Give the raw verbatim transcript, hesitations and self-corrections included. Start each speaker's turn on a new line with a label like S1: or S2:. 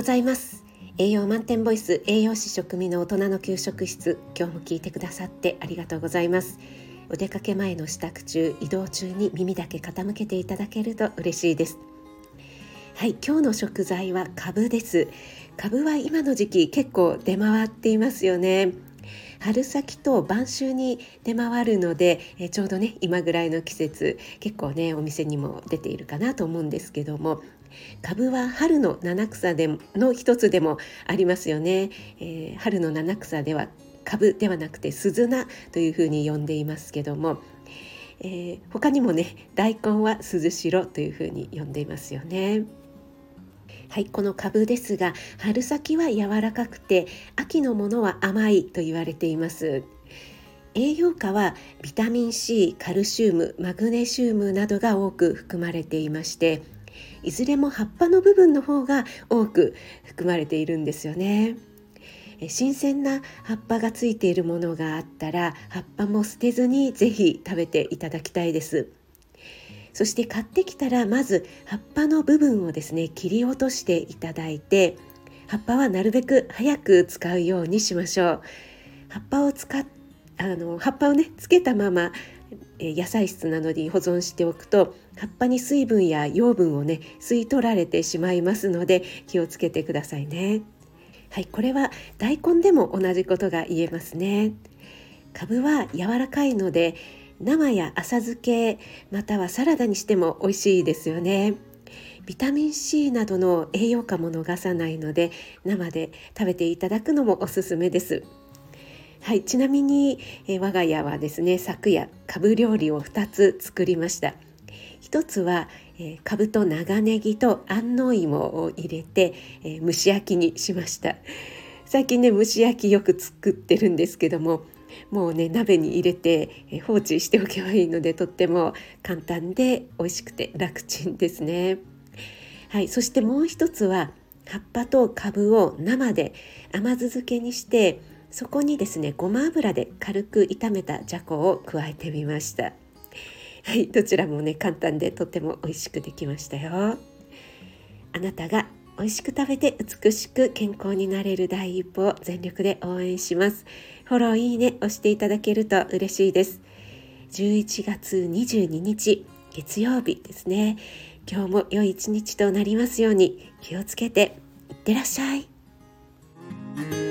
S1: ございます。栄養満点ボイス、栄養士食味の大人の給食室、今日も聞いてくださってありがとうございます。お出かけ前の支度中、移動中に耳だけ傾けていただけると嬉しいです。はい、今日の食材はカブです。カブは今の時期結構出回っていますよね。春先と晩秋に出回るので、えちょうどね今ぐらいの季節、結構ねお店にも出ているかなと思うんですけども、カブは春の七草での一つでもありますよね。えー、春の七草ではカブではなくてスズナというふうに呼んでいますけども、えー、他にもね大根はスズシロというふうに呼んでいますよね。はい、このカブですが、春先は柔らかくて秋のものは甘いと言われています。栄養価はビタミン C、カルシウム、マグネシウムなどが多く含まれていまして、いずれも葉っぱの部分の方が多く含まれているんですよね。新鮮な葉っぱがついているものがあったら、葉っぱも捨てずにぜひ食べていただきたいです。そして買ってきたら、まず葉っぱの部分をですね切り落としていただいて、葉っぱはなるべく早く使うようにしましょう。葉っぱを使っあの葉っぱをねつけたまま野菜室などに保存しておくと、葉っぱに水分や養分をね吸い取られてしまいますので、気をつけてくださいね。はい、これは大根でも同じことが言えますね。カブは柔らかいので、生や浅漬けまたはサラダにしても美味しいですよね。ビタミン C などの栄養価も逃さないので、生で食べていただくのもおすすめです。はい、ちなみに、えー、我が家はですね、昨夜カブ料理をふたつ作りました。一つは、えー、カブと長ネギと安納芋を入れて、えー、蒸し焼きにしました。最近ね蒸し焼きよく作ってるんですけども、もうね鍋に入れて、えー、放置しておけばいいので、とっても簡単で美味しくて楽ちんですね。はい、そしてもう一つは、葉っぱとカブを生で甘酢漬けにして、そこにですねごま油で軽く炒めたじゃこを加えてみました。はい、どちらもね簡単でとっても美味しくできましたよ。あなたが美味しく食べて美しく健康になれる第一歩を全力で応援します。フォローいいね押していただけると嬉しいです。じゅういちがつにじゅうににち月曜日ですね。今日も良い一日となりますように。気をつけていってらっしゃい。